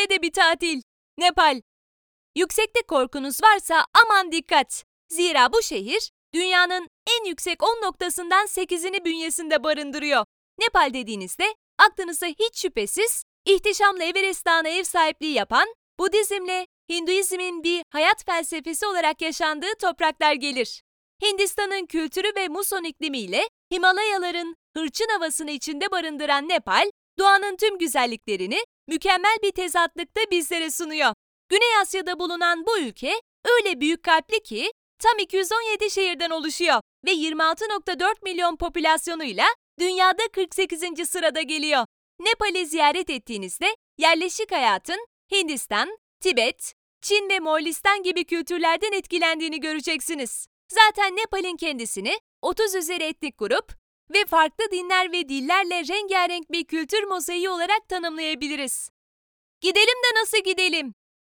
Hele de bir tatil. Nepal. Yükseklik korkunuz varsa aman dikkat. Zira bu şehir dünyanın en yüksek 10 noktasından 8'ini bünyesinde barındırıyor. Nepal dediğinizde aklınıza hiç şüphesiz ihtişamlı Everest Dağı'na ev sahipliği yapan, Budizmle Hinduizmin bir hayat felsefesi olarak yaşandığı topraklar gelir. Hindistan'ın kültürü ve muson iklimiyle Himalayaların hırçın havasını içinde barındıran Nepal, doğanın tüm güzelliklerini mükemmel bir tezatlıkta bizlere sunuyor. Güney Asya'da bulunan bu ülke öyle büyük kalpli ki tam 217 şehirden oluşuyor ve 26,4 milyon popülasyonuyla dünyada 48. sırada geliyor. Nepal'i ziyaret ettiğinizde yerleşik hayatın Hindistan, Tibet, Çin ve Moğolistan gibi kültürlerden etkilendiğini göreceksiniz. Zaten Nepal'in kendisini 30 üzeri etnik grup ve farklı dinler ve dillerle rengarenk bir kültür mozaiği olarak tanımlayabiliriz. Gidelim de nasıl gidelim?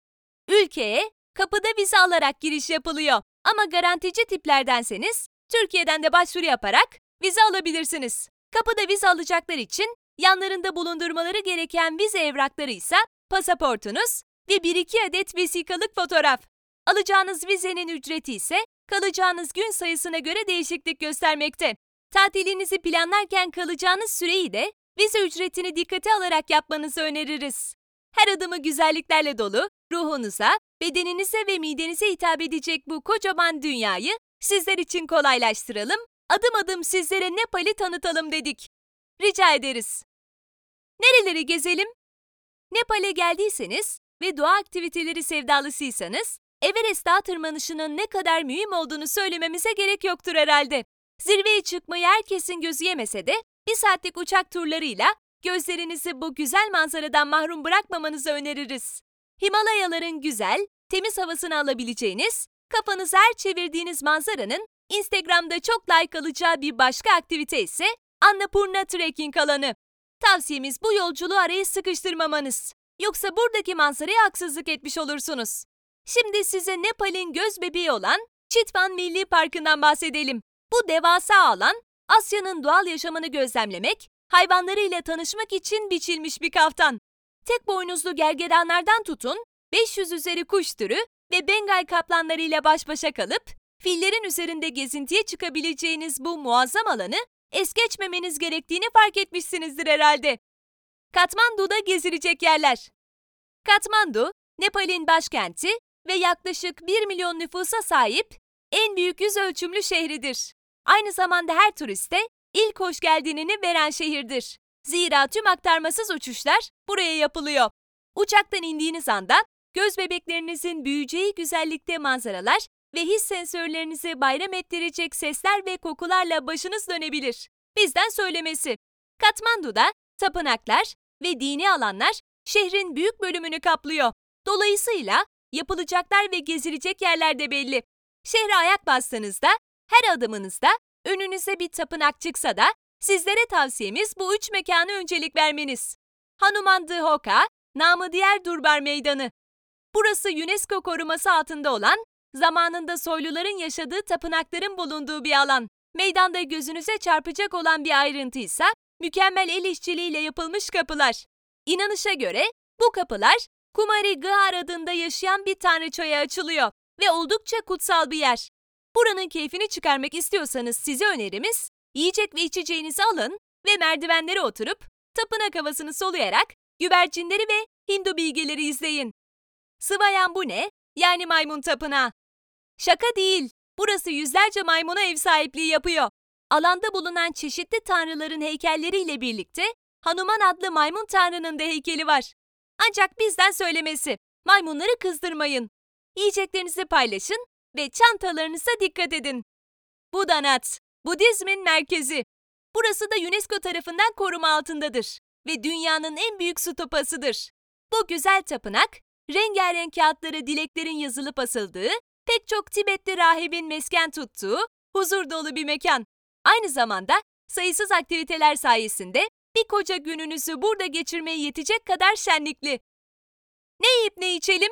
Ülkeye kapıda vize alarak giriş yapılıyor ama garantici tiplerdenseniz Türkiye'den de başvuru yaparak vize alabilirsiniz. Kapıda vize alacaklar için yanlarında bulundurmaları gereken vize evrakları ise pasaportunuz ve 1-2 adet vesikalık fotoğraf. Alacağınız vizenin ücreti ise kalacağınız gün sayısına göre değişiklik göstermekte. Tatilinizi planlarken kalacağınız süreyi de vize ücretini dikkate alarak yapmanızı öneririz. Her adımı güzelliklerle dolu, ruhunuza, bedeninize ve midenize hitap edecek bu kocaman dünyayı sizler için kolaylaştıralım, adım adım sizlere Nepal'i tanıtalım dedik. Rica ederiz. Nereleri gezelim? Nepal'e geldiyseniz ve doğa aktiviteleri sevdalısıysanız, Everest Dağ tırmanışının ne kadar mühim olduğunu söylememize gerek yoktur herhalde. Zirveye çıkmayı herkesin gözü yemese de 1 saatlik uçak turlarıyla gözlerinizi bu güzel manzaradan mahrum bırakmamanızı öneririz. Himalayaların güzel, temiz havasını alabileceğiniz, kafanızı her çevirdiğiniz manzaranın Instagram'da çok like alacağı bir başka aktivite ise Annapurna Trekking alanı. Tavsiyemiz bu yolculuğu araya sıkıştırmamanız. Yoksa buradaki manzaraya haksızlık etmiş olursunuz. Şimdi size Nepal'in göz bebeği olan Chitwan Milli Parkı'ndan bahsedelim. Bu devasa alan, Asya'nın doğal yaşamını gözlemlemek, hayvanlarıyla tanışmak için biçilmiş bir kaftan. Tek boynuzlu gergedanlardan tutun, 500 üzeri kuş türü ve Bengal kaplanlarıyla baş başa kalıp, fillerin üzerinde gezintiye çıkabileceğiniz bu muazzam alanı es geçmemeniz gerektiğini fark etmişsinizdir herhalde. Katmandu'da gezilecek yerler. Katmandu, Nepal'in başkenti ve yaklaşık 1 milyon nüfusa sahip en büyük yüz ölçümlü şehridir. Aynı zamanda her turiste ilk hoş geldinini veren şehirdir. Zira tüm aktarmasız uçuşlar buraya yapılıyor. Uçaktan indiğiniz anda göz bebeklerinizin büyüyeceği güzellikte manzaralar ve his sensörlerinizi bayram ettirecek sesler ve kokularla başınız dönebilir. Bizden söylemesi. Katmandu'da tapınaklar ve dini alanlar şehrin büyük bölümünü kaplıyor. Dolayısıyla yapılacaklar ve gezilecek yerler de belli. Şehre ayak bastığınızda her adımınızda önünüze bir tapınak çıksa da sizlere tavsiyemiz bu 3 mekana öncelik vermeniz. Hanuman Hoka, namı diğer Durbar Meydanı. Burası UNESCO koruması altında olan, zamanında soyluların yaşadığı tapınakların bulunduğu bir alan. Meydanda gözünüze çarpacak olan bir ayrıntı ise mükemmel el işçiliğiyle yapılmış kapılar. İnanışa göre bu kapılar Kumari Ghar adında yaşayan bir tanrıçaya açılıyor ve oldukça kutsal bir yer. Buranın keyfini çıkarmak istiyorsanız size önerimiz, yiyecek ve içeceğinizi alın ve merdivenlere oturup tapınak havasını soluyarak güvercinleri ve Hindu bilgeleri izleyin. Swayambune yani maymun tapınağı. Şaka değil, burası yüzlerce maymuna ev sahipliği yapıyor. Alanda bulunan çeşitli tanrıların heykelleriyle birlikte Hanuman adlı maymun tanrının da heykeli var. Ancak bizden söylemesi, maymunları kızdırmayın. Yiyeceklerinizi paylaşın ve çantalarınıza dikkat edin. Budanat, Budizmin merkezi. Burası da UNESCO tarafından koruma altındadır ve dünyanın en büyük stupasıdır. Bu güzel tapınak, rengarenk kağıtlara dileklerin yazılıp asıldığı, pek çok Tibetli rahibin mesken tuttuğu, huzur dolu bir mekan. Aynı zamanda sayısız aktiviteler sayesinde bir koca gününüzü burada geçirmeye yetecek kadar şenlikli. Ne yiyip ne içelim?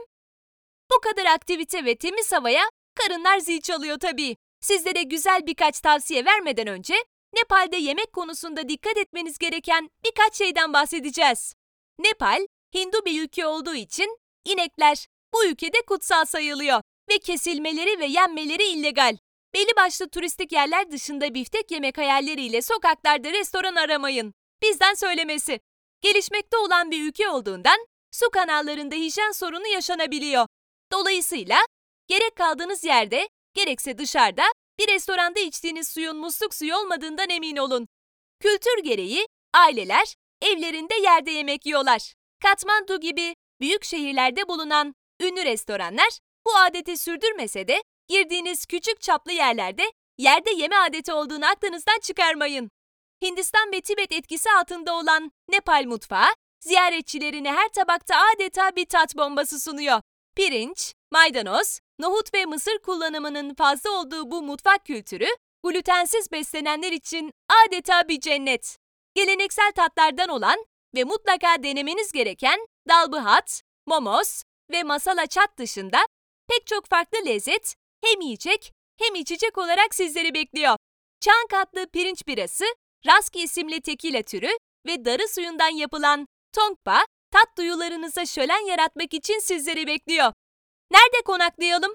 Bu kadar aktivite ve temiz havaya karınlar zil çalıyor tabii. Sizlere güzel birkaç tavsiye vermeden önce Nepal'de yemek konusunda dikkat etmeniz gereken birkaç şeyden bahsedeceğiz. Nepal, Hindu bir ülke olduğu için inekler bu ülkede kutsal sayılıyor ve kesilmeleri ve yenmeleri illegal. Belli başlı turistik yerler dışında biftek yemek hayalleriyle sokaklarda restoran aramayın. Bizden söylemesi. Gelişmekte olan bir ülke olduğundan su kanallarında hijyen sorunu yaşanabiliyor. Dolayısıyla gerek kaldığınız yerde, gerekse dışarıda bir restoranda içtiğiniz suyun musluk suyu olmadığından emin olun. Kültür gereği aileler evlerinde yerde yemek yiyorlar. Katmandu gibi büyük şehirlerde bulunan ünlü restoranlar bu adeti sürdürmese de girdiğiniz küçük çaplı yerlerde yerde yeme adeti olduğunu aklınızdan çıkarmayın. Hindistan ve Tibet etkisi altında olan Nepal mutfağı ziyaretçilerine her tabakta adeta bir tat bombası sunuyor. Pirinç, maydanoz, nohut ve mısır kullanımının fazla olduğu bu mutfak kültürü glutensiz beslenenler için adeta bir cennet. Geleneksel tatlardan olan ve mutlaka denemeniz gereken dal bhat, momos ve masala chaat dışında pek çok farklı lezzet hem yiyecek hem içecek olarak sizleri bekliyor. Çağın katlı pirinç birası, Raski isimli tekila türü ve darı suyundan yapılan tongpa, tat duyularınıza şölen yaratmak için sizleri bekliyor. Nerede konaklayalım?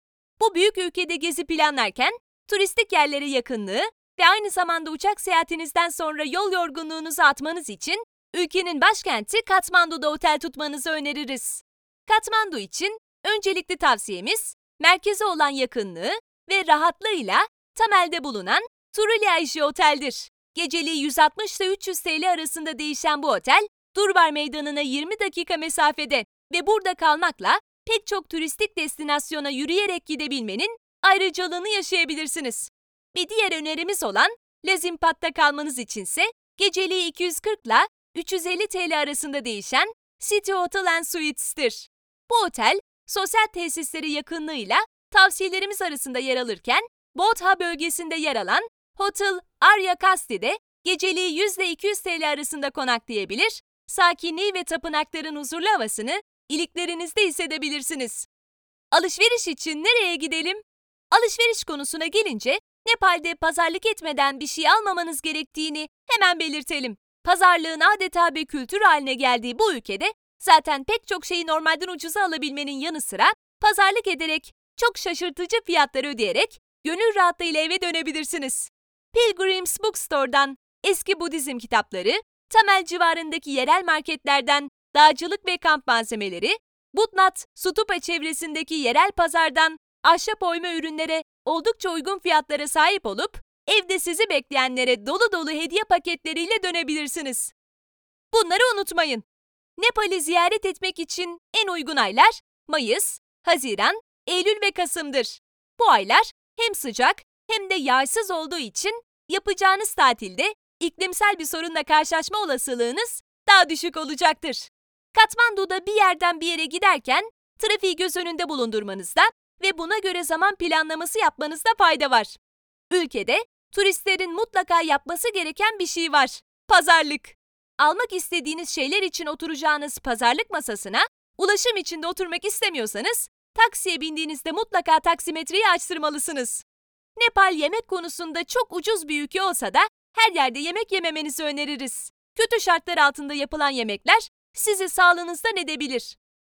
Bu büyük ülkede gezi planlarken turistik yerlere yakınlığı ve aynı zamanda uçak seyahatinizden sonra yol yorgunluğunuzu atmanız için ülkenin başkenti Katmandu'da otel tutmanızı öneririz. Katmandu için öncelikli tavsiyemiz merkeze olan yakınlığı ve rahatlığıyla temelde bulunan Turuli Aiji Otel'dir. Geceliği 160 ile 300 TL arasında değişen bu otel, Durbar Meydanı'na 20 dakika mesafede ve burada kalmakla pek çok turistik destinasyona yürüyerek gidebilmenin ayrıcalığını yaşayabilirsiniz. Bir diğer önerimiz olan Lezimpat'ta kalmanız içinse geceliği 240 ile 350 TL arasında değişen City Hotel and Suites'tir. Bu otel, sosyal tesisleri yakınlığıyla tavsiyelerimiz arasında yer alırken, Bodha bölgesinde yer alan Hotel Arya Kasti'de geceliği 100 ile 200 TL arasında konaklayabilir, sakinliği ve tapınakların huzurlu havasını iliklerinizde hissedebilirsiniz. Alışveriş için nereye gidelim? Alışveriş konusuna gelince Nepal'de pazarlık etmeden bir şey almamanız gerektiğini hemen belirtelim. Pazarlığın adeta bir kültür haline geldiği bu ülkede zaten pek çok şeyi normalden ucuza alabilmenin yanı sıra pazarlık ederek çok şaşırtıcı fiyatlar ödeyerek gönül rahatlığıyla eve dönebilirsiniz. Pilgrim's Bookstore'dan eski Budizm kitapları, Tamel civarındaki yerel marketlerden dağcılık ve kamp malzemeleri, Budnath, Stupa çevresindeki yerel pazardan ahşap oyma ürünlere oldukça uygun fiyatlara sahip olup evde sizi bekleyenlere dolu dolu hediye paketleriyle dönebilirsiniz. Bunları unutmayın. Nepal'i ziyaret etmek için en uygun aylar Mayıs, Haziran, Eylül ve Kasım'dır. Bu aylar hem sıcak hem de yağsız olduğu için yapacağınız tatilde iklimsel bir sorunla karşılaşma olasılığınız daha düşük olacaktır. Katmandu'da bir yerden bir yere giderken trafiği göz önünde bulundurmanızda ve buna göre zaman planlaması yapmanızda fayda var. Ülkede turistlerin mutlaka yapması gereken bir şey var: pazarlık. Almak istediğiniz şeyler için oturacağınız pazarlık masasına ulaşım içinde oturmak istemiyorsanız taksiye bindiğinizde mutlaka taksimetreyi açtırmalısınız. Nepal yemek konusunda çok ucuz bir ülke olsa da her yerde yemek yememenizi öneririz. Kötü şartlar altında yapılan yemekler sizi sağlığınızdan edebilir.